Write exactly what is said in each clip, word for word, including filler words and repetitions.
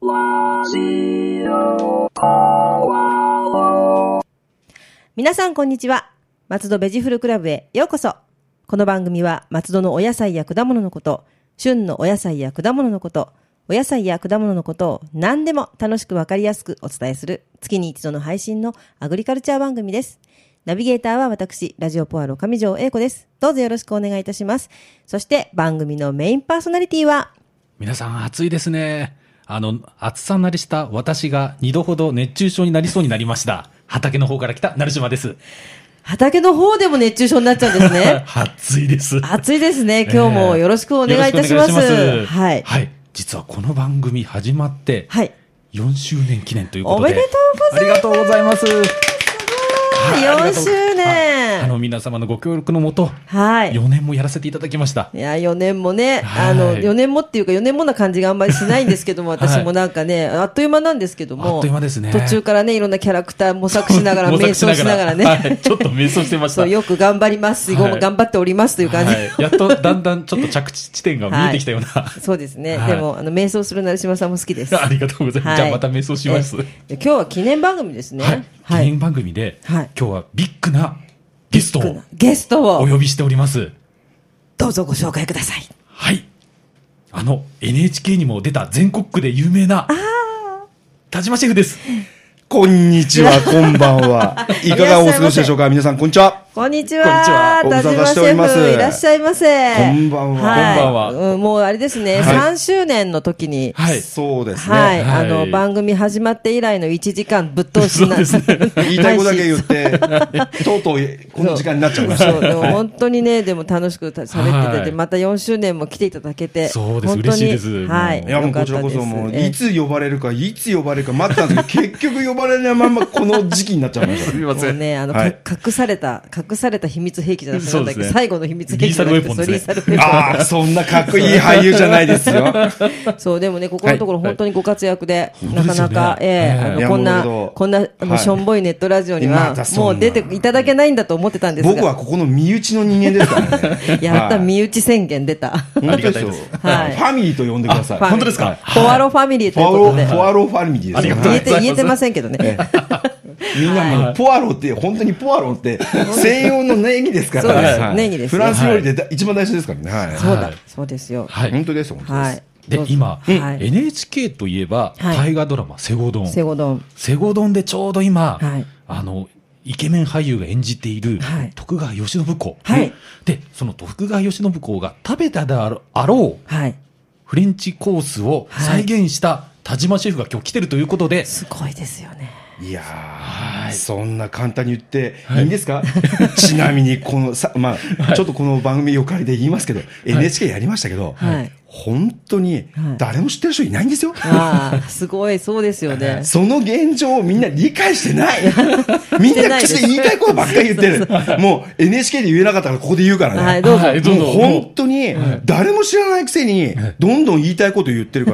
皆さんこんにちは。松戸ベジフルクラブへようこそ。この番組は松戸のお野菜や果物のこと、旬のお野菜や果物のこと、お野菜や果物のことを何でも楽しくわかりやすくお伝えする月に一度の配信のアグリカルチャー番組です。ナビゲーターは私、ラジオポアロ上条英子です。どうぞよろしくお願いいたします。そして番組のメインパーソナリティは、 皆さん暑いですね。あの、暑さ慣れした私がにどほど熱中症になりそうになりました。畑の方から来た成島です。 畑の方でも熱中症になっちゃうんですね。 暑いです。 暑いですね。今日もよろしくお願いいたします。 えー、よろしくお願いします。 はい。 はい。実はこの番組始まって、はい。よんしゅうねん記念ということで。 おめでとうございます。 ありがとうございます。 よんしゅうねん。 あの皆様のご協力のもと、 はい。 よねんもやらせていただきました。 いや、よねんもね、あの、よねんもっていうかよねんもな感じがあんまりしないんですけども、私もなんかね、あっという間なんですけども、 あっという間ですね。 途中からね、いろんなキャラクター模索しながら、瞑想しながらね、 はい。ちょっと瞑想してました。 そう、よく頑張ります。はい、頑張っておりますという感じ。はい、 やっとだんだんちょっと着地地点が見えてきたような。はい、 そうですね。はい、でも、あの、瞑想する成島さんも好きです。 ありがとうございます。はい、じゃあまた瞑想します。 今日は記念番組ですね。 はい。記念番組で、はい、今日はビッグなゲストをゲストをお呼びしております。 どうぞご紹介ください。 はい。あの エヌエイチケー にも出た全国区で有名な田島シェフです。 こんにちは、こんばんは。いかがお過ごしでしょうか。皆さんこんにちは。 こんにちは。 ご無沙汰しております。 いらっしゃいませ。 こんばんは。 はい、 こんばんは、 うん。もうあれですね、はい、さんしゅうねんの時に、 はい、そうですね。 はい、あの番組始まって以来のいちじかんぶっ通しな、 ね、 言いたいことだけ言って、とうとうこの時間になっちゃいました。 そう、でも本当にね、でも楽しく喋ってて、はい、またよんしゅうねんも来ていただけて、 そうです、嬉しいです。 はい。いやもうこちらこそもういつ呼ばれるかいつ呼ばれるか待ったんですけど、結局呼ばれないままこの時期になっちゃいました。 すみません。 もうね、あの、はい、隠された隠された秘密兵器じゃなくて、なんだっけ、最後の秘密兵器じゃなくて、 リーサルウェポンですね。 ああ、そんなかっこいい俳優じゃないですよ。 そうでもね、ここのところ本当にご活躍で、なかなか、ええ、あのこんなこんなあのしょんぼいネットラジオにはもう出ていただけないんだと思ってたんですが、 僕はここの身内の人間ですからね。 やった身内宣言出た。 本当ですよ。はい。ファミリーと呼んでください。 本当ですか。 ポワロファミリーということで。 ポワロファミリーです。 言えて言えてませんけどね。 みんなもポワロって本当にポワロって西洋のネギですからね。ネギです。 フランス料理で一番大事ですからね。はい。 そうだ、そうですよ。 本当です、本当です。 で今、エヌエイチケー といえば大河ドラマセゴドン。 セゴドン。 セゴドンでちょうど今、あのイケメン俳優が演じている徳川慶喜公。でその徳川慶喜公が食べたであろうフレンチコースを再現した田島シェフが今日来てるということで、 すごいですよね。 いやー、そんな簡単に言っていいんですか。ちなみにこのさ、まあ、ちょっとこの番組お借りで言いますけど、エヌエイチケー やりましたけど、本当に誰も知ってる人いないんですよ。 ああ、すごい、そうですよね。 その現状をみんな理解してない。みんな口で言いたいことばっかり言ってる。もう エヌエイチケー で言えなかったからここで言うからね。 はい、どうぞ。 もう本当に誰も知らないくせにどんどん言いたいこと言ってるから、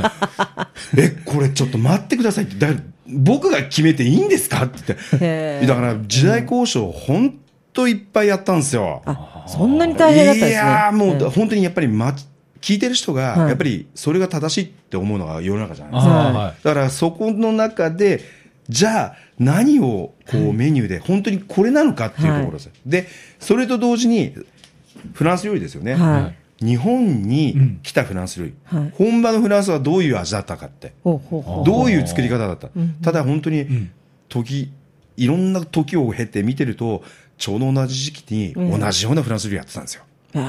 え、これちょっと待ってくださいって誰僕が決めていいんですかって言って。だから時代交渉本当いっぱいやったんですよ。 あ、そんなに大変だったんですね。 いやーもう本当にやっぱり聞いてる人がやっぱりそれが正しいって思うのが世の中じゃないですか。だからそこの中でじゃあ何をこうメニューで本当にこれなのかっていうところです。でそれと同時にフランス料理ですよね。日本に来たフランス料理、うん、本場のフランスはどういう味だったかって、うん、どういう作り方だった、うん、ただ本当に時いろんな時を経て見てるとちょうど同じ時期に同じようなフランス料理やってたんですよ、うん、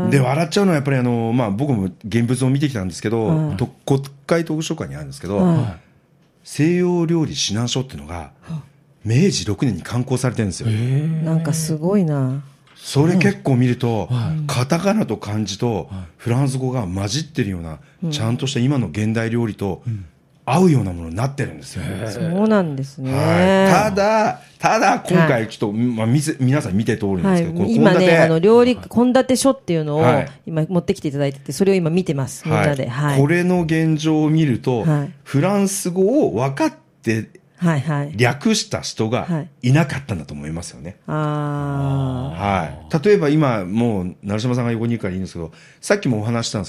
で笑っちゃうのはやっぱりあの、まあ、僕も現物を見てきたんですけど、うん、と国会図書館にあるんですけど、うん、西洋料理指南書っていうのがめいじろくねんに刊行されてるんですよ。 なんかすごいな。 それ結構見ると、うん、カタカナと漢字とフランス語が混じってるような、うん、ちゃんとした今の現代料理と合うようなものになってるんですよ、ね、 そうなんですね、 はい、ただただ今回ちょっと、はいまあ、みせ皆さん見て通りんですけど、はい、 今ねあの料理献立書っていうのを今持ってきていただいててそれを今見てますみんなで、 はいはい、これの現状を見ると、はい、フランス語を分かってはいはい、略した人がいなかったんだと思いますよね、はいあはい、例えば今もう成島さんが横にいるからいいんですけどさっきもお話したんですけど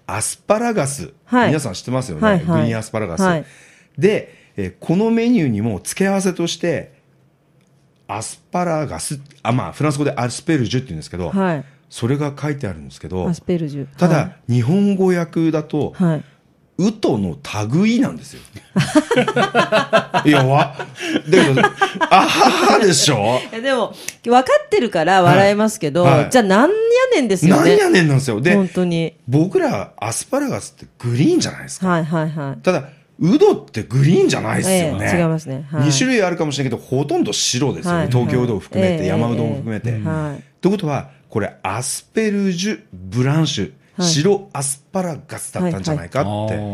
アスパラガス、 はい、 皆さん知ってますよね、 はいはい、 グリーンアスパラガス、 はい、 で、えー、このメニューにも付け合わせとしてアスパラガス、あ、まあフランス語でアスペルジュって言うんですけど、はい、それが書いてあるんですけど、 アスペルジュ、 ただ、 はい、 日本語訳だと、はい、ウトの類なんですよ。いや、わ、でも、あははでしょ。 いやでも、分かってるから笑えますけど、はいはい、じゃあなんやねんですよね。 なんやねんなんですよ。で、 本当に。 僕らアスパラガスってグリーンじゃないですか。 はいはいはい。 ただ、ウドってグリーンじゃないですよね。 ええ、違いますね。 はい、に種類あるかもしれないけど、ほとんど白ですよね。はいはい、東京うどんを含めて、ええ、山うどんを含めて。ええ、はい。ということは、これ、アスペルジュ・ブランシュ。はい、白アスパラガスだったんじゃないかって。はいはい、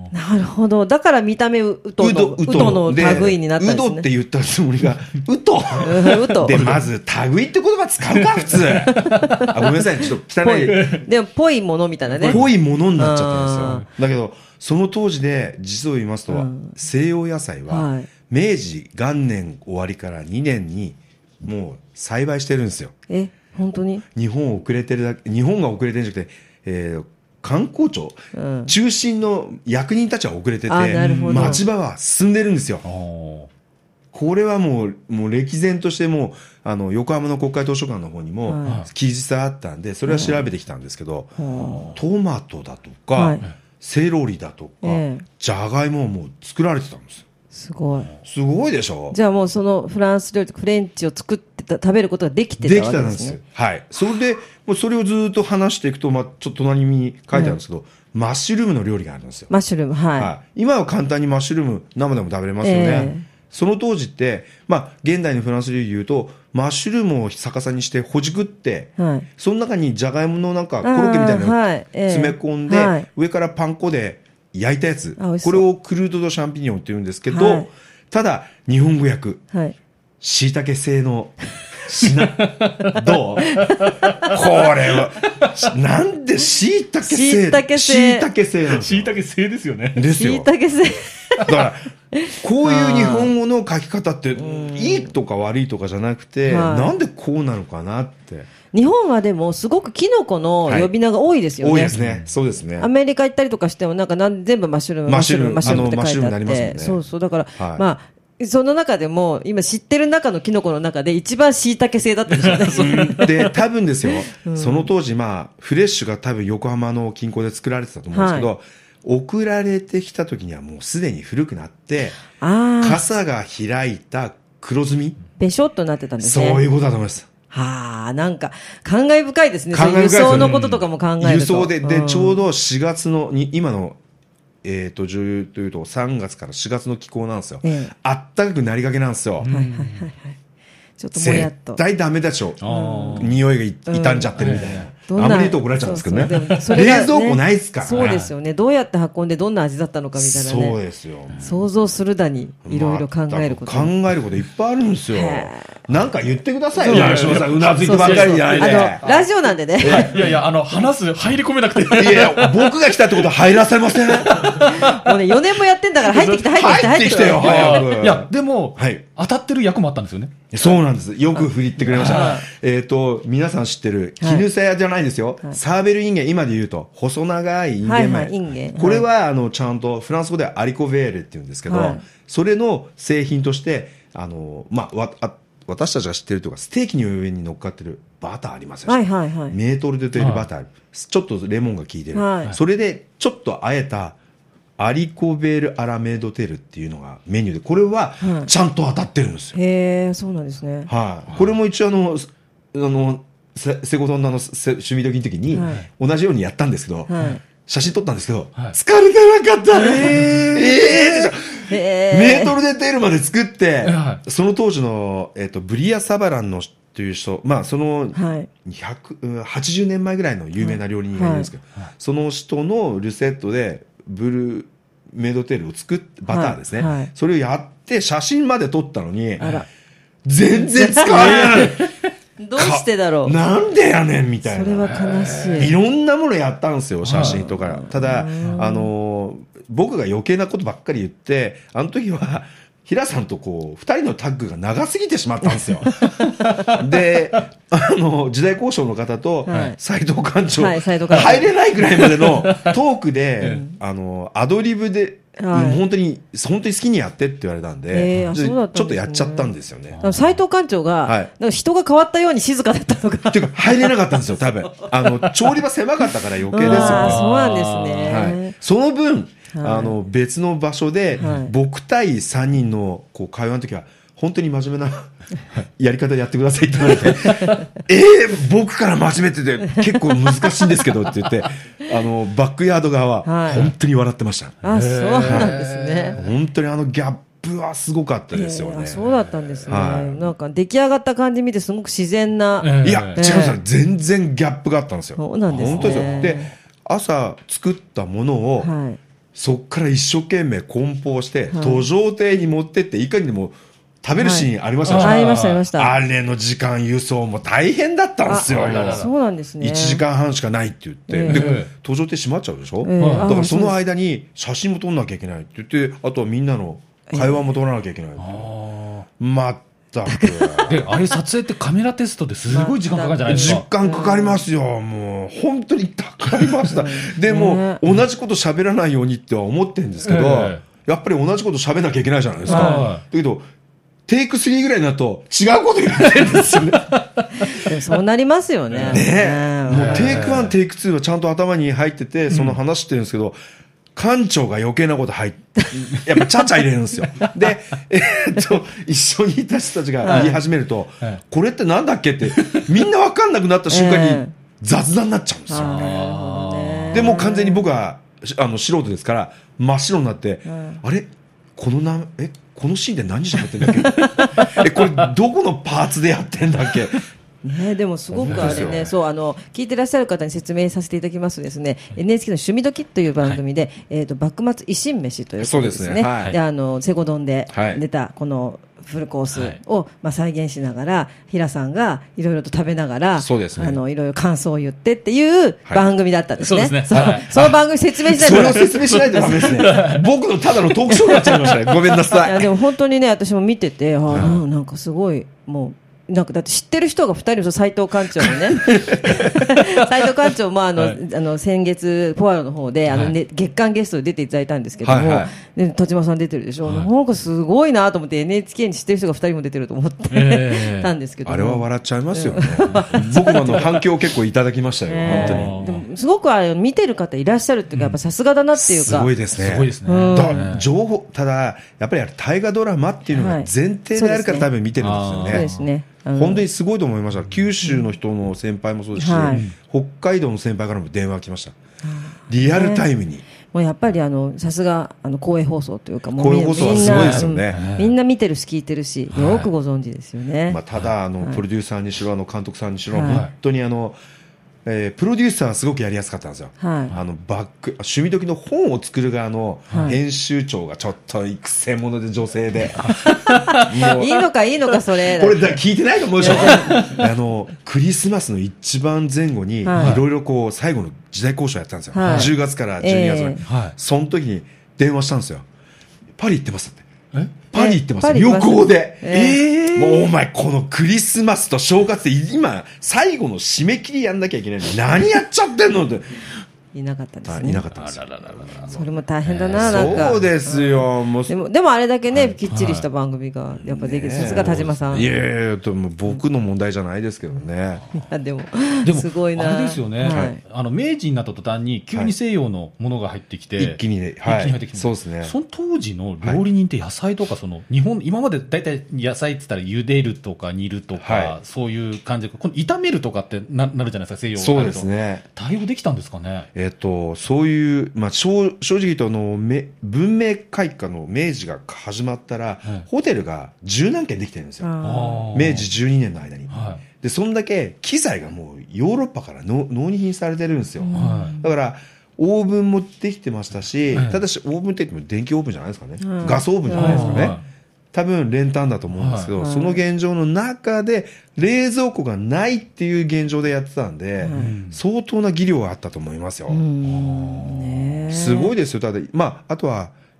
なるほど。だから見た目ウトの、ウトの類になったんですね。 ウドって言ったつもりが、ウト。ウト。で、まず、類って言葉使うか、普通。あ、ごめんなさい。ちょっと汚い。 でも、ぽいものみたいなね。 ぽいものになっちゃったんですよ。だけど、その当時で、実を言いますと、うん、西洋野菜は、はい、明治元年終わりからにねんに、もう栽培してるんですよ。 え、本当に？ 日本遅れてるだけ、日本が遅れてるんじゃなくて、えー、観光庁、うん、中心の役人たちは遅れてて、町場は進んでるんですよ。これはもう、もう歴然としてもう、あの、横浜の国会図書館の方にも記述があったんで、それは調べてきたんですけど、トマトだとか、はい、セロリだとか、えー、じゃがいももう作られてたんですよ。 すごい。 すごいでしょ。 じゃあもうそのフランス料理、フレンチを作ってた、食べることができてたわけですね。できたんです。 はい。それで、もうそれをずっと話していくと、まあ、ちょっと隣に書いてあるんですけど、はい、マッシュルームの料理があるんですよ。 マッシュルーム、はい。はい、 今は簡単にマッシュルーム生でも食べれますよね。えー、その当時って、まあ、現代のフランス料理で言うと、マッシュルームを逆さにしてほじくって、はい、その中にじゃがいものなんかコロッケみたいなのを詰め込んで、はいえーはい、上からパン粉で焼いたやつ、これをクルード・ド・シャンピニオンって言うんですけど、はい、ただ、日本語訳、はい、椎茸製の品、どうこれは、なんで椎茸製椎茸製。 椎茸製なんですよ。 椎茸製ですよね。 ですよ。 椎茸製。 だから、こういう日本語の書き方って、いいとか悪いとかじゃなくて、なんでこうなのかなって。 日本はでもすごくキノコの呼び名が多いですよね。 はい、多いですね。そうですね。 アメリカ行ったりとかしてもなんかなん全部マッシュルーム、 マッシュルーム、 マッシュルームって書いてあって、 ね、 そうそうだから、はい、まあその中でも今知ってる中のキノコの中で一番椎茸製だったんですよね。 で多分ですよ、うん、その当時まあフレッシュが多分横浜の近郊で作られてたと思うんですけど。はい、送られてきた時にはもうすでに古くなって傘が開いた黒ずみべしょっとなってたんですね。 そういうことだと思います。 はあ、なんか感慨深いですね。そういう輸送のこととかも考えると、 輸送で、で、ちょうどしがつのに今のえっ、ー、と女優というとさんがつからしがつの気候なんですよ。ええ、あったかくなりかけなんですよ。はいはいはいはい。 ちょっともやっと。 絶対ダメでしょ。匂いが傷んじゃってるみたいな。あんまり言うと怒られちゃうんですけどね。そうそうそれ冷蔵庫ないですからね。 そうですよね。どうやって運んでどんな味だったのかみたいなね。 そうですよ。 想像するだにいろいろ考えること、 まあ、考えることいっぱいあるんですよ。なんか言ってくださいよ。いや、吉本さん、うなずいてばっかりじゃないで。 あの、ラジオなんでね。 いやいや、あの、話す、入り込めなくて。 いやいや、僕が来たってことは入らせません。もうね、よねんもやってんだから入ってきて、入ってきて、 入ってきてよ、早く。 いや、でも、はい、当たってる役もあったんですよね。 そうなんです。よく振りってくれました。えっと、皆さん知ってる、絹さやじゃないですよ。サーベルインゲン、今で言うと、細長いインゲン米。これは、あの、ちゃんと、フランス語ではアリコベールって言うんですけど、それの製品として、あの、まあ、わ、あ、私たちが知ってるとか、ステーキの上に乗っかってるバターありますよね。はいはいはい。メートルでというバター、はい、ちょっとレモンが効いてる。はい、それで、ちょっとあえた、アリコベール・アラメードテルっていうのがメニューで、これはちゃんと当たってるんですよ。 はい、へー、そうなんですね。 はい。これも一応あの、あの、セゴドンナの趣味時の時に、同じようにやったんですけど、はい、写真撮ったんですけど、はい、疲れてなかったね。えー、えー、メートルでテールまで作って、はい、その当時の、えっと、ブリア・サバランのという人、まあ、その、ひゃくはちじゅうねんまえぐらいの有名な料理人がいるんですけど、はいはい、その人のルセットで、ブルーメイドテールを作って、バターですね、はいはい。それをやって、写真まで撮ったのに、あら全然使われない。 どうしてだろう。 なんでやねんみたいな。 それは悲しい。 いろんなものやったんですよ、写真とか。ただ、あの、僕が余計なことばっかり言って、あの時は、 平さんとこう、二人のタッグが長すぎてしまったんですよ。で、あの、時代交渉の方と、斉藤館長、はい、入れないぐらいまでのトークで、あの、アドリブで、はい、本当に、本当に好きにやってって言われたんで、えー、そうだったんですね、ちょっとやっちゃったんですよね。 斉藤館長が、はい、なんか人が変わったように静かだったのか。 っていうか、入れなかったんですよ、多分。あの、調理場狭かったから余計ですよね。 あ、そうなんですね。 はい。その分、あの、別の場所で、僕対さんにんのこう会話の時は、本当に真面目なやり方でやってくださいって言われて、えー、僕から真面目ってて結構難しいんですけどって言って、あの、バックヤード側は本当に笑ってました。 あ、そうなんですね。 本当にあのギャップはすごかったですよね。 そうだったんですね。なんか出来上がった感じ見てすごく自然な。 いや、違うんですよ。全然ギャップがあったんですよ。 そうなんですね。 本当ですよ。で、朝作ったものを、はいそっから一生懸命梱包して、途上艇に持ってって、いかにでも食べるシーンありましたでしょ、 はい、ありました、ありました。 あれの時間輸送も大変だったんですよ。 そうなんですね。 いちじかんはんしかないって言って。えー、で、途上艇閉まっちゃうでしょ、えー、だからその間に写真も撮んなきゃいけないって言って、あとはみんなの会話も撮らなきゃいけない。えー、またで、あれ撮影ってカメラテストですごい時間かかるんじゃないですか。 時間かかりますよ。もう、本当にかかりました。でも、同じこと喋らないようにっては思ってるんですけど、えー、やっぱり同じこと喋んなきゃいけないじゃないですか。だけど、テイクスリーぐらいになると違うこと言われるんですよね。 そうなりますよね。 ねもうテイクワン、テイクツーはちゃんと頭に入ってて、その話してるんですけど、館長が余計なこと入って、やっぱちゃちゃ入れるんですよ。で、えー、っと、一緒にいた人たちが言い始めると、はいはい、これってなんだっけって、みんなわかんなくなった瞬間に雑談になっちゃうんですよ。えー、で、もう完全に僕は、あの、素人ですから、真っ白になって、うん、あれこのな、え、このシーンで何喋ってんだっけえ、これどこのパーツでやってんだっけね、でもすごくあれね、そうあの聞いてらっしゃる方に説明させていただきますとですね、エヌエイチケー の趣味どきという番組で、はい、えっ、ー、と幕末維新飯ということですね。そうですね。はい、であのセゴドンで出たこのフルコースを、はい、まあ再現しながら平さんがいろいろと食べながら、そうですね、あのいろいろ感想を言ってっていう番組だったんですね。はい、そうですね。そう、はい、その番組説明しないと。 それを説明しないとダメですね。僕のただのトークショーになっちゃいましたね。ごめんなさい。 いやでも本当にね私も見てて、あ、うん、なんかすごいもう。なんかだって知ってる人がふたりの斉藤館長のね斉藤館長もあの、はい、あの先月ポアロの方であの、ね、はい、月間ゲストで出ていただいたんですけども、はいはい、ね、田島さん出てるでしょ、はい、なんかすごいなと思って エヌエイチケー に知ってる人がふたりも出てると思って、えー、たんですけどあれは笑っちゃいますよね僕もあの反響を結構いただきましたよ、えー、本当に。 でもすごくあれ見てる方いらっしゃるっていうかやっぱさすがだなっていうか、 すごいですね。すごいですね、うん、だ情報ただやっぱりあれ大河ドラマっていうのが前提であるから、はい、多分見てるんですよね。 そうですね。 本当にすごいと思いました。九州の人の先輩もそうですし、はい、北海道の先輩からも電話が来ました。リアルタイムに。 もうやっぱりあのさすがあの公営放送というか、もう公営放送はすごいですよね。 みんな見てるし聞いてるし、よくご存知ですよね。はい、 まあ、ただあの、はい、プロデューサーにしろあの監督さんにしろ、はい、本当にあの。えー、プロデューサーはすごくやりやすかったんですよ。はい、あのバック趣味時の本を作る側の編集長がちょっと育成者で女性で、 はい、いいのかいいのかそれ。 これ聞いてないと思うでしょ。あのクリスマスの一番前後にいろいろこう最後の時代交渉やったんですよ。はい、じゅうがつからじゅうにがつまで、えー、その時に電話したんですよ。パリ行ってますって。えパリ行ってます、旅行で、えー、もうお前このクリスマスと正月で今最後の締め切りやんなきゃいけないのに何やっちゃってんのっていなかったですね。 いなかったです。 それも大変だな、なんか。 そうですよ。もうでも、でもあれだけね、きっちりした番組がやっぱできる。さすが田島さん。 いやいや、でも僕の問題じゃないですけどね。 いや、でも、 でもすごいな。 あれですよね。はい、あの、明治になった途端に急に西洋のものが入ってきて。 一気にね。 はい。一気に入ってきて。 そうですね。 その当時の料理人って野菜とか、その、日本、今まで大体野菜って言ったら茹でるとか煮るとか、そういう感じで、この炒めるとかってななるじゃないですか、西洋。 そうですね。 対応できたんですかね。 えっと、そういう、まあ、正, 正直言うとあの文明開化の明治が始まったら、はい、ホテルが十何軒できてるんですよ。明治じゅうにねんの間に、はい、でそんだけ機材がもうヨーロッパからの納入品されてるんですよ。はい、だからオーブンもできてましたし、はい、ただしオーブンって言っても電気オーブンじゃないですかね、はい、ガスオーブンじゃないですかね、はい、多分練炭だと思うんですけど、はい、その現状の中で冷蔵庫がないっていう現状でやってたんで、うん、相当な技量があったと思いますよ。うん、ね、すごいですよ。ただ、まあ、あとは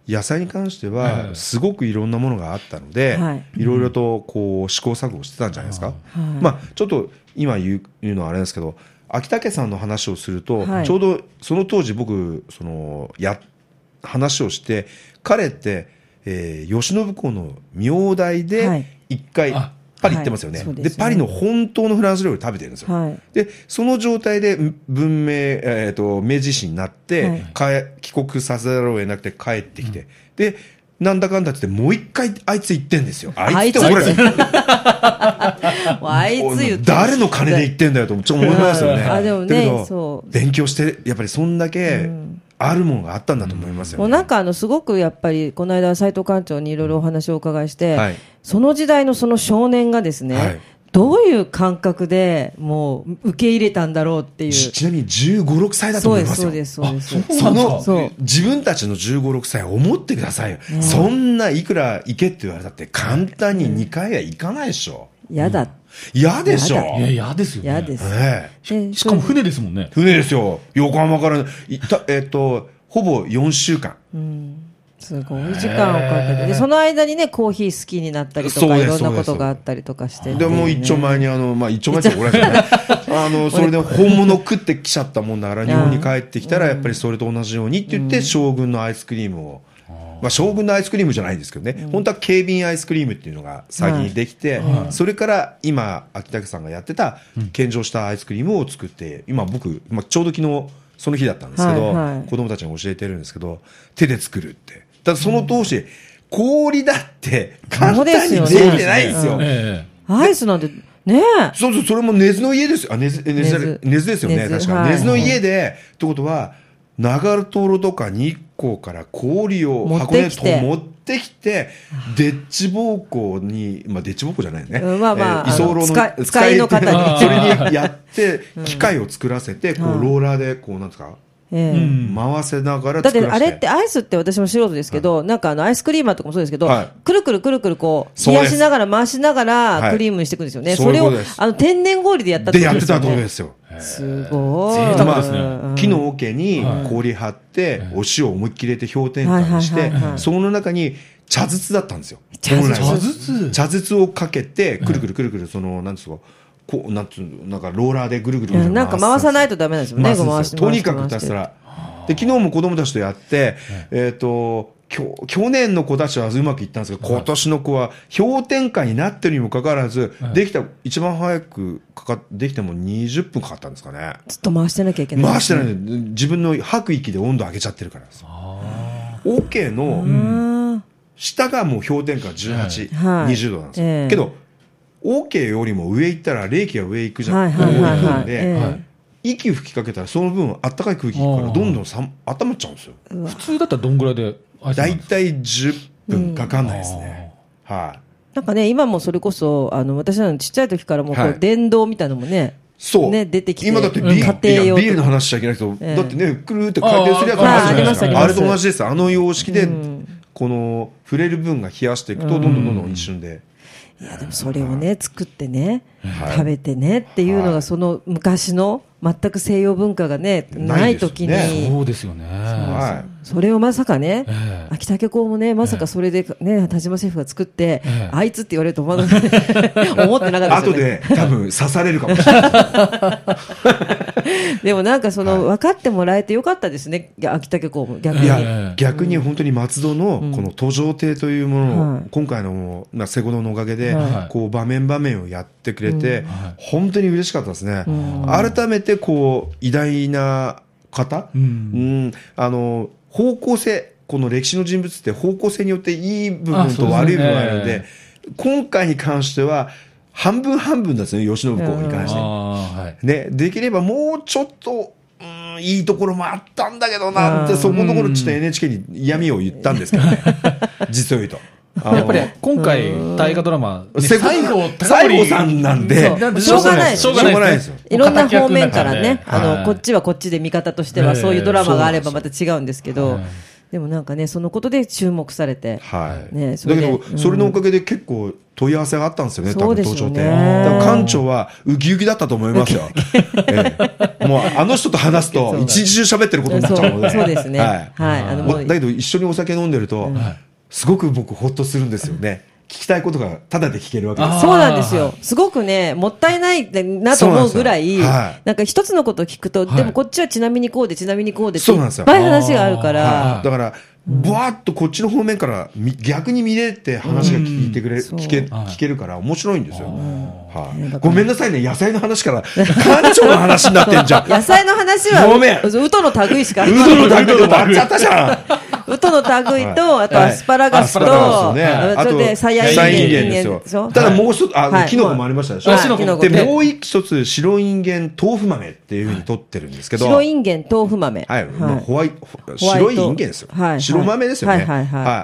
野菜に関してはすごくいろんなものがあったので、はい、いろいろとこう試行錯誤してたんじゃないですか、はい、まあ、ちょっと今言う、言うのはあれですけど、秋武さんの話をすると、はい、ちょうどその当時僕そのや話をして、彼って、えー、吉信公の名代で一回、はい、パリ行ってますよね、はい、で, でパリの本当のフランス料理を食べてるんですよ、はい、でその状態で文明、えー、と明治維新になって、はい、帰帰国させざるを得なくて帰ってきて、うん、でなんだかんだってもう一回あいつ言ってんですよ。あいつって怒られてるあいつ言って誰の金で言ってんだよとちょっと思いますよね。あでもね、だけどそう勉強してやっぱりそんだけ、うんあるものがあったんだと思いますよね。 もうなんかあのすごくやっぱりこの間斉藤館長にいろいろお話をお伺いして、はい、その時代のその少年がですね、はい、どういう感覚でもう受け入れたんだろうっていう。 ちなみにじゅうご、ろくさいだと思いますよ。 そうですそうですそうです。 そのそう自分たちのじゅうご、ろくさいを思ってくださいよ、ね、そんないくら行けって言われたって簡単ににかいは行かないでしょ。 嫌だ、うん嫌でしょ。 いや、嫌ですよね。 嫌です。 ええ、しかも船ですもんね。 船ですよ。横浜から行った、えっと、ほぼよんしゅうかん。 うん。すごい時間をかけて。で、その間にね、コーヒー好きになったりとか、いろんなことがあったりとかして、ね。 でも、一丁前に、あの、まあ、一丁前って怒られちゃうね。あの、それで本物食ってきちゃったもんだから、日本に帰ってきたら、やっぱりそれと同じようにって言って、将軍のアイスクリームを、まあ、将軍のアイスクリームじゃないんですけどね、うん、本当は警備員アイスクリームっていうのが先にできて、はい、それから今秋武さんがやってた献上したアイスクリームを作って、今僕、まあ、ちょうど昨日その日だったんですけど、はいはい、子供たちに教えてるんですけど、手で作るってただその当時、うん、氷だって簡単にできてないんですよ、 ねうん、アイスなんてねえそうそう、それも根津の家ですよ。あ、根津、根津、根津ですよね、確か。根津の家で、ってことは、長瀞とか日光から氷を箱根と持ってきて、デッチ奉公に、まあデッチ奉公じゃないよね。 うん、まあまあ、 居候の使いの方に。 それにやって、機械を作らせて、こう、ローラーで、こう、なんですかええ、回せながら作らせて。 だってあれってアイスって私も素人ですけど、はい、なんかあのアイスクリーマーとかもそうですけど、はい、くるくるくるくるこう冷やしながら回しながらクリームにしていくんですよね。はい、それをあの天然氷でやったってことですよね。 でやってたところですよ。 すごい。 贅沢ですね。まあ、木の桶に氷張って、お塩を思いっきり入れて氷点下にして、その中に茶筒だったんですよ。 茶筒茶筒をかけて、くるくるくるくる、その、なんですか、こう、なんつうの、なんかローラーでぐるぐるぐる回す。 なんか回さないとダメなんですよね、回して。とにかくひたすら。で、昨日も子供たちとやって、えっと、去年の子たちはうまくいったんですけど、今年の子は氷点下になってるにもかかわらず、できた、一番早くかか、できてもにじゅっぷんかかったんですかね。 ずっと回してなきゃいけない、 ね。回してない。自分の吐く息で温度上げちゃってるからです。OK の、下がもう氷点下じゅうはち、はい、にじゅうどなんですよ。えー、けど、OK よりも上行ったら冷気が上行くじゃん。はいはいはいはい、で、えー息吹きかけたらその分あったかい空気からどんどんさ温まっちゃうんですよ。 普通だったらどんぐらいでだいたいじゅっぷんかかんないですね、うん、はい。 なんかね今もそれこそあの私のちっちゃい時からもこう、はい、電動みたいなのもねそうね出てきて今だってビール、ビールの話しちゃいけないけど、えー、だってねくるーって回転するやつあるじゃないですか。あれと同じです。あの様式で、うん、この触れる分が冷やしていくとどんどんどんどん一瞬で、 いやでもそれをね作ってね、はい、食べてねっていうのがその昔の全く西洋文化がねない時に、 ね、そうですよね。 はい、それをまさかね、えー、秋武公もねまさかそれでね田島シェフが作って、えー、あいつって言われると思わなかった思ってなかったですよね。 後で多分刺されるかもしれないでもなんかその、はい、分かってもらえてよかったですね秋武公も逆に。いや逆に本当に松戸のこの途上亭というものを、うん、今回の瀬古堂のおかげで、はい、こう場面場面をやってくれて、うん、本当に嬉しかったですね、うん、改めてこう偉大な方、うんうん、あの方向性この歴史の人物って方向性によっていい部分と悪い部分があるので、ね、今回に関しては半分半分ですね慶喜公に関して、はい、ね、できればもうちょっとうんいいところもあったんだけどなってそこのところちょっと エヌエイチケー に嫌味を言ったんですけどね実を言うとやっぱり今回大河ドラマ、ね、西郷西郷さんなんでしょうがないしょうがないですよ。 いろんな方面からね、あのこっちはこっちで味方としてはそういうドラマがあればまた違うんですけど、 でもなんかね、そのことで注目されて。 はい。 ね、 それでだけど、うん、それのおかげで結構問い合わせがあったんですよね、多分東証店。だから館長はウキウキだったと思いますよ。ええ、もうあの人と話すと一日中喋ってることになっちゃうので。 そうですね。はい。はい、 あのだけど一緒にお酒飲んでると、うん、すごく僕ホッとするんですよね。聞きたいことがタダで聞けるわけです。 そうなんですよ。すごくね、もったいないなと思うぐらい、はい、なんか一つのことを聞くと、はい、でもこっちはちなみにこうで、ちなみにこうでって、いっぱい話があるから。 はい、だから、ぶわーっとこっちの方面から逆に見れて話が聞いてくれ、うん、聞け、聞けるから面白いんですよ。はい、ごめんなさいね、野菜の話から館長の話になってんじゃん。 野菜の話は、ごめん。うとの類しか。 うとの類で終わっちゃったじゃん。 ウトの類と、あとアスパラガスと、それでサヤインゲンですよ。ただもう一つ、あ、キノコもありましたでしょ。で、もう一つ、白インゲン豆腐豆っていうふうに取ってるんですけど。 白インゲン豆腐豆。 はい。ホワイト、白いインゲンですよ。白豆ですよね。はい。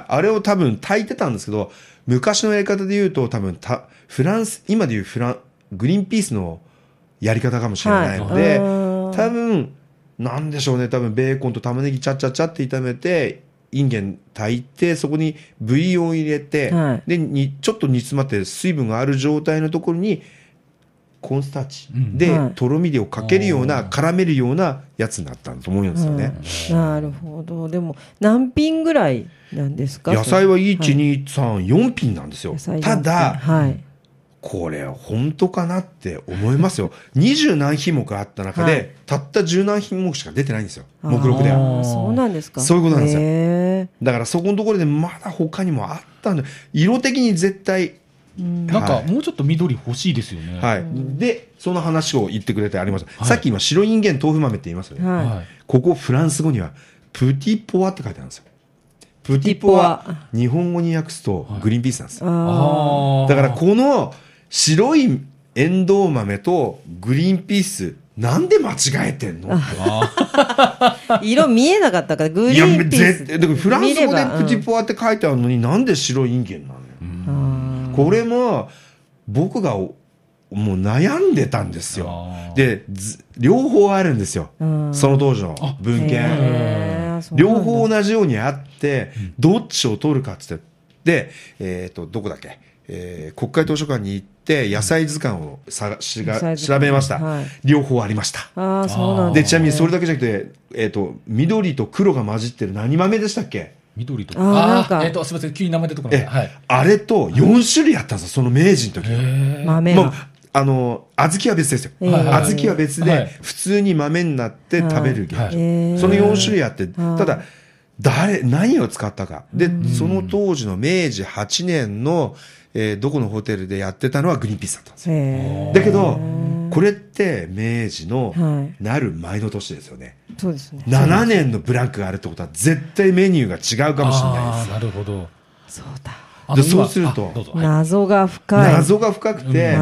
あれを多分炊いてたんですけど、昔のやり方で言うと多分、フランス、今でいうフラン、グリーンピースのやり方かもしれないので、多分、なんでしょうね、多分ベーコンと玉ねぎチャッチャッチャって炒めて、インゲン炊いて、そこにブイヨンを入れて、はい、でにちょっと煮詰まって水分がある状態のところにコーンスターチで、うん、とろみをかけるような、絡めるようなやつになったと思うんですよね、 うん、なるほど。でも何品ぐらいなんですか？ 野菜はいち、に、さん、よん品なんですよ。ただ、はい、これ本当かなって思いますよ。二十何品目あった中で、はい、たった十何品目しか出てないんですよ、目録では。 そうなんですか。 そういうことなんですよ。だからそこのところでまだ他にもあったんで、色的に絶対、 うん、なんかもうちょっと緑欲しいですよね。 はい。うん、で、その話を言ってくれてありました。はい、さっき今白インゲン豆腐豆って言いますよね。はい、ここフランス語にはプティポワって書いてあるんですよ。プティポワ、日本語に訳すとグリーンピースなんですよ。はい、だからこの白いエンドウ豆とグリーンピース、なんで間違えてんの？ 色見えなかったから、グリーンピース。いや、だからフランス語でプティポワって書いてあるのに、なんで白いインゲンなのよ。これも僕がもう悩んでたんですよ。で、両方あるんですよ。その当時の文献。両方同じようにあって、どっちを取るかって言って、で、えっと、どこだっけ？えー、国会図書館に行って野菜図鑑をさしが調べました、はい、両方ありました。 あ、そうなんですね。 で、ちなみにそれだけじゃなくて、えーと、緑と黒が混じってる何豆でしたっけ？ 緑とあなんかあ、えーと、すみません、急に名前出てこない、はい、 あれとよん種類あったんですよ、その明治の時。 豆が、 まあ、あの小豆は別ですよ。小豆は別で普通に豆になって食べる原種、そのよん種類あって、ただ誰何を使ったかで、その当時の明治はちねんのえー、どこのホテルでやってたのはグリーンピースだったんですよ。だけどこれって明治のなる前の年ですよね。 はい、そうですね。 ななねんのブランクがあるってことは絶対メニューが違うかもしれないです。 あ、なるほど。 そうだ。 でそうすると謎が深い。 謎が深くて、うん、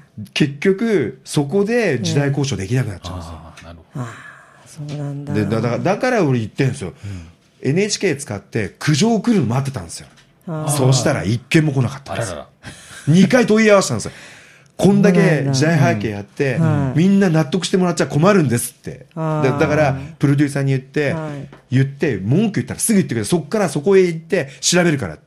結局そこで時代交渉できなくなっちゃうんですよ。 あ、なるほど。あ、そうなんだ。 でだからだから俺言ってるんですよ。うん、エヌエイチケー 使って苦情来るの待ってたんですよ。そうしたら一件も来なかったんですよ。にかい問い合わせたんですよ。こんだけ時代背景やって、うん、みんな納得してもらっちゃ困るんですって。だ, だからプロデューサーに言って、はい、言って文句言ったらすぐ言ってくれ、そこからそこへ行って調べるからって。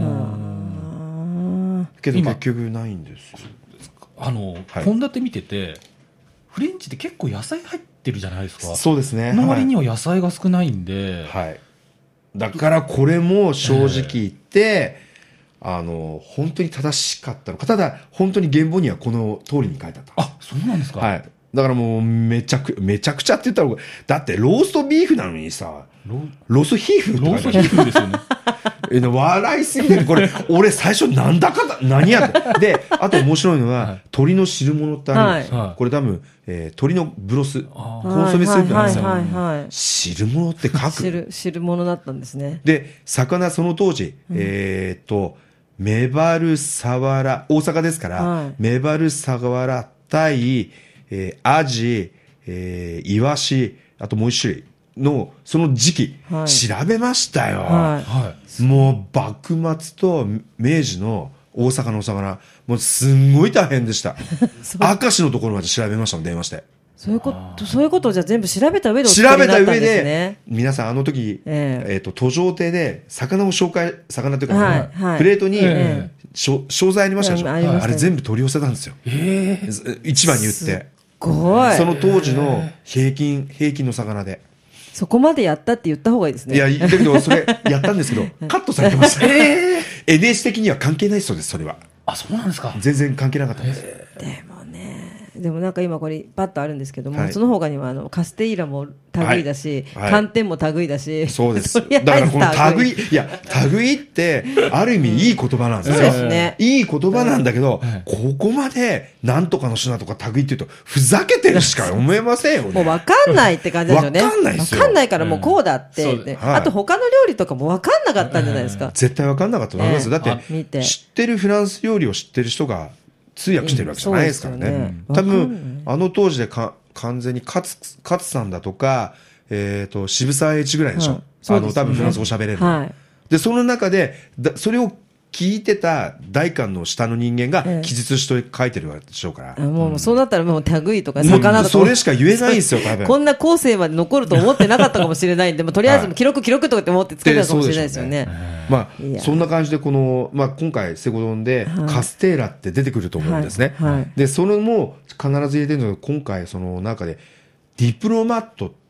けど結局ないんですよ。 あの献立、はい、見ててフレンチって結構野菜入ってるじゃないですか。 そうですね。 の割には野菜が少ないんで、 はい、だからこれも正直言って、えーあの本当に正しかったのか。ただ本当に原本にはこの通りに書いてあった。 あ、そうなんですか。 はい。だからもうめちゃくめちゃくちゃって言ったら、だってローストビーフなのにさ、ロローストヒーフってローストヒーフですよね。 え笑いすぎてこれ俺最初なんだかだ何やってで、あと面白いのは、はい、鶏の汁物ってあるんですよ。はい、これ多分、えー、鶏のブロスコンソメスープなんですよ。 はいはいはいはい、 汁物って書く。 汁汁物だったんですね。 で魚その当時、うん、えー、っとメバルサワラ、大阪ですから、はい、メバルサワラ、タイ、えー、アジ、えー、イワシ、あともう一種類のその時期、はい、調べましたよ。はい、もう幕末と明治の大阪のお魚、もうすんごい大変でした。明石のところまで調べましたもん、電話して。 そういうこと、そういうことをじゃあ全部調べた上でお作りになったんですね。調べた上で、 皆さんあの時、えー、えーと、途上亭で魚を紹介、魚というか、ね、はいはい、プレートに、えー、商材ありましたでしょ、はい、あれ全部取り寄せたんですよ。えー、市場に言って。すごい。 その当時の平均、平均の魚で。 そこまでやったって言った方がいいですね。 いや、だけど、それ、やったんですけど、カットされてました。えー、エヌエイチ 的には関係ないそうです、それは。 あ、そうなんですか。 全然関係なかったんです。 でもね、でもなんか今これパッとあるんですけども、はい、その他にはあのカステイラも類だし、はいはい、寒天も類だし、 そうです。だからこの類、いや、類ってある意味いい言葉なんですよ。そうですね。いい言葉なんだけど、ここまでなんとかの品とか類って言うと、ふざけてるしか思えませんよね。 もうわかんないって感じですよね。わかんないですよ。わかんないからもうこうだって。うんね、あと他の料理とかもわかんなかったんじゃないですか。 絶対わかんなかったと思います。だって、知ってるフランス料理を知ってる人が、通訳してるわけじゃないですからね。うん、ね多分、あの当時でか完全に勝勝さんだとか、えっ、ー、と、渋沢栄一ぐらいでしょ。はい、あの、多分フランス語喋れる、はい。で、その中で、だそれを聞いてた大官の下の人間が記述しと書いてるわけでしょうから。 ええ、もうそうだったらもう類とか魚とか。 それしか言えないんですよ、多分。 こんな後世まで残ると思ってなかったかもしれないんで、もとりあえず記録記録とかって思って作ったかもしれないですよね。 まあ、そんな感じで、この、まあ、今回、セゴドンで、カステーラって出てくると思うんですね。はいはい、で、それも必ず入れてるのが、今回、その中で、ディプロマットって。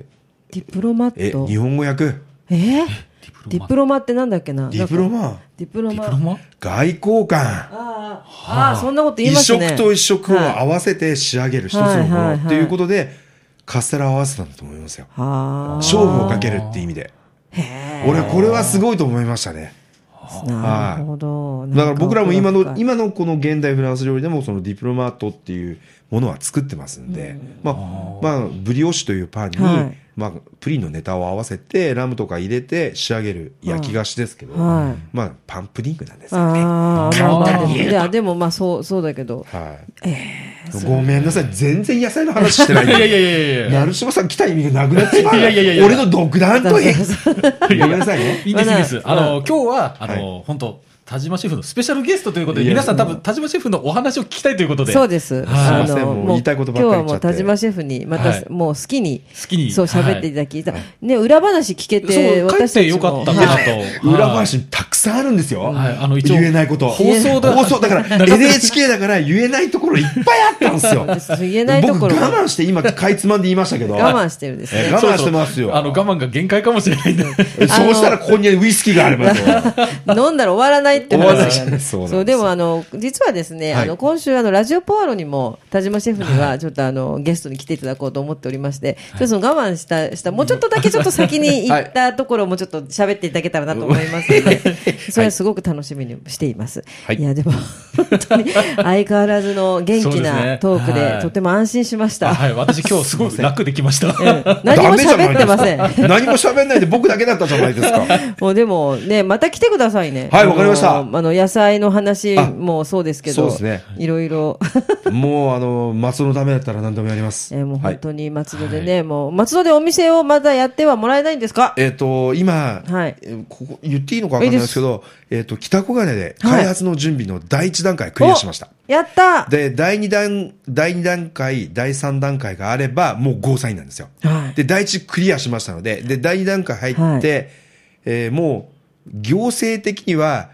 ディプロマットえ、日本語訳。 えーディプロマってなんだっけな。 ディプロマディプロマ外交官。 ああ、あ、そんなこと言いますね。 一色と一色を合わせて仕上げる一つのものっていうことで、カステラを合わせたんだと思いますよ。勝負をかけるって意味で。俺、これはすごいと思いましたね。 なるほど。 だから僕らも今の、今のこの現代フランス料理でもそのディプロマートっていうものは作ってますんで、まあ、まあ、ブリオッシュというパンに、まあ、プリンのネタを合わせて、ラムとか入れて仕上げる焼き菓子ですけど、はい、まあ、パンプディングなんですよね。あ簡単に言うと。いや、でもまあ、そう、そうだけど。 はい。えー、ごめんなさい。全然野菜の話してない。いやいやいやいや。成島さん来た意味がなくなっちまう。いやいやいや。俺の独断といい。ごめんなさいね。 いいです、いいです。あの、今日は、あの、本当田島シェフのスペシャルゲストということで、皆さん多分田島シェフのお話を聞きたいということで。 そうです。 あの、もう言いたいことばっかり今日はもう田島シェフに、また、もう好きに、好きに、そう喋っていただき、ね、裏話聞けて、 私たちも。よかったなと。裏話たくさんあるんですよ。はい。あの、一応。言えないこと。放送だ。放送だから、エヌエイチケー だから言えないところいっぱいあったんですよ。 言えないところ。 僕我慢して今、かいつまんで言いましたけど。 我慢してるんですね。 我慢してますよ。 あの、我慢が限界かもしれないんで。 そうしたらここにウイスキーがあれば。 飲んだら終わらないって話がね。そうそうでもあの実はですね、はい、あの今週あのラジオポアロにも田島シェフにはちょっとあのゲストに来ていただこうと思っておりまして、はい、その我慢したしたもうちょっとだけちょっと先に行ったところをもうちょっと喋っていただけたらなと思いますので、それはすごく楽しみにしています。はい、いやでも本当に相変わらずの元気なトークでとても安心しました。 はい、私今日すごく楽できました。 何も喋ってません。 何も喋んないで僕だけだったじゃないですか。 もうでもねまた来てくださいね。 はい、わかりました。 あの野菜の話もそうですけど、そうですね。いろいろ。 もうあの松戸のためだったら何でもやります。 えー、もう本当に松戸でね、はい、もう松戸でお店をまだやってはもらえないんですか？ えっ、ー、と今、はい、ここ言っていいのかわかんないですけど、えっ、ー、と北小金で開発の準備の第一段階クリアしました。はい、 やった。 で第二段第二段階第三段階があればもうゴーサインなんですよ。はい、で第一クリアしましたので、で第二段階入って、はい、えー、もう行政的には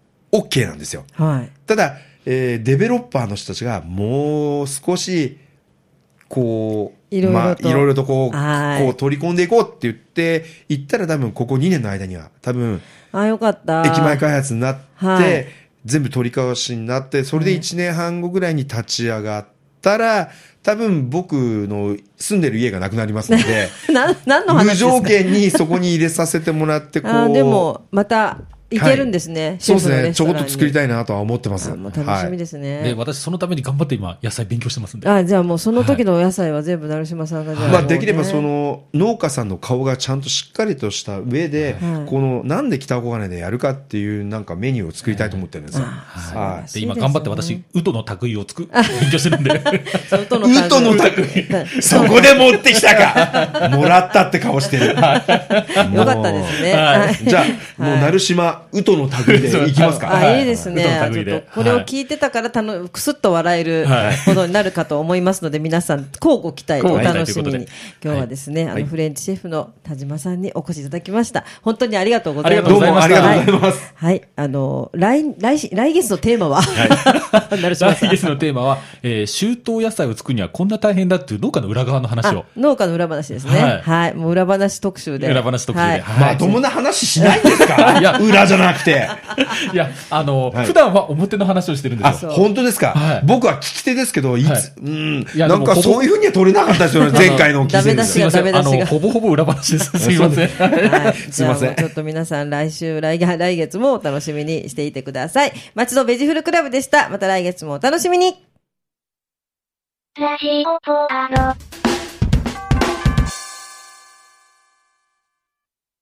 OK なんですよ。はい、ただ、えー、デベロッパーの人たちがもう少し、こう、 いろいろと、まあ、 いろいろとこう、こう取り込んでいこうって言って、行ったら多分ここにねんの間には、多分、 あ、よかった。 駅前開発になって、はい、全部取り交わしになって、それでいちねんはんごぐらいに立ち上がったら、多分僕の住んでる家がなくなりますので、 な何の話ですか？ 無条件にそこに入れさせてもらって、こう。 あ、でも、また、いけるんですね。はい、 そうですね。ちょこっと作りたいなとは思ってます。 もう楽しみですね。 はい、で、私そのために頑張って今野菜勉強してますんで。 あ、じゃあもうその時のお野菜は全部成島さんがじゃあ、 まあできればその農家さんの顔がちゃんとしっかりとした上で、はい、このなんで北小金でやるかっていうなんかメニューを作りたいと思ってるんですよ。 はい。で今頑張って私ウトの匠を作勉強してるんで。 ウトの匠。そこで持ってきたか。もらったって顔してる。 よかったですね。 はい。じゃあもう成島ウトの類でいきますか。 あ、いいですね。ちょっとこれを聞いてたからたのくすっと笑えるほどになるかと思いますので、皆さん乞うご期待お楽しみに。今日はですね、あのフレンチシェフの田島さんにお越しいただきました。本当にありがとうございます。 どうもありがとうございます。 はい、あの来来来月のテーマは、 来月のテーマは、えー、秋冬野菜を作るにはこんな大変だっていう農家の裏側の話を。 農家の裏話ですね。はい、はい、もう裏話特集で。 裏話特集で。はいはい、まともな話しないんですか？いや、裏じゃなくて。 いや、あの、はい、普段は表の話をしてるんですよ。 あ、本当ですか？はい、僕は聞き手ですけど、いつ、はい、うん、なんかそういうふうには取れなかったですよね、前回のダメ出しがダメ出しが。 ほぼほぼ裏話です。すいません。 はい、すいません。ちょっと皆さん来週、来月、来月もお楽しみにしていてください。町のベジフルクラブでした。また来月もお楽しみに。ラジオポアロ。